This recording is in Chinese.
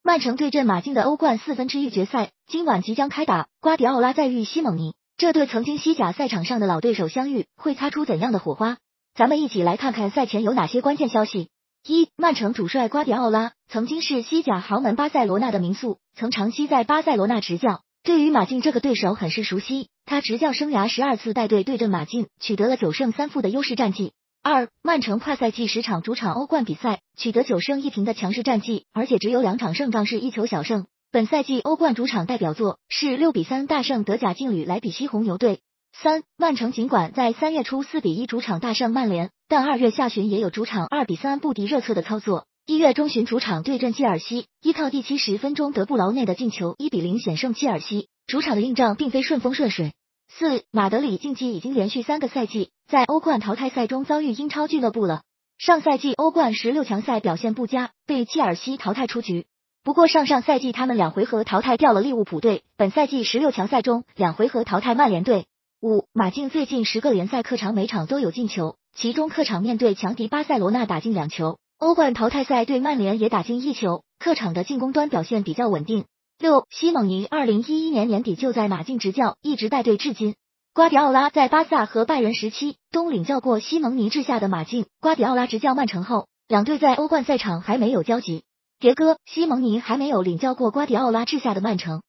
曼城对阵马竞的欧冠1/4决赛，今晚即将开打，瓜迪奥拉再遇西蒙尼，这对曾经西甲赛场上的老对手相遇，会擦出怎样的火花？咱们一起来看看赛前有哪些关键消息。一、曼城主帅瓜迪奥拉曾经是西甲豪门巴塞罗那的名宿，曾长期在巴塞罗那执教，对于马竞这个对手很是熟悉。他执教生涯12次带队对阵马竞，取得了9胜3负的优势战绩。二、曼城跨赛季10场主场欧冠比赛，取得9胜1平的强势战绩，而且只有2场胜仗是1球小胜。本赛季欧冠主场代表作是6-3大胜德甲劲旅莱比锡红牛队。三、曼城尽管在3月初4-1主场大胜曼联，但2月下旬也有主场2-3不敌热刺的操作。1月中旬主场对阵切尔西，依靠第70分钟德布劳内的进球1-0险胜切尔西，主场的硬仗并非顺风顺水。四、马德里竞技已经连续3个赛季在欧冠淘汰赛中遭遇英超俱乐部了。上赛季欧冠16强赛表现不佳，被切尔西淘汰出局。不过上赛季他们2回合淘汰掉了利物浦队，本赛季16强赛中2回合淘汰曼联队。五、马竞最近10个联赛客场每场都有进球，其中客场面对强敌巴塞罗那打进2球，欧冠淘汰赛对曼联也打进1球，客场的进攻端表现比较稳定。六、西蒙尼2011年年底就在马竞执教，一直带队至今。瓜迪奥拉在巴萨和拜仁时期都领教过西蒙尼治下的马竞，瓜迪奥拉执教曼城后，两队在欧冠赛场还没有交集。杰哥，西蒙尼还没有领教过瓜迪奥拉治下的曼城。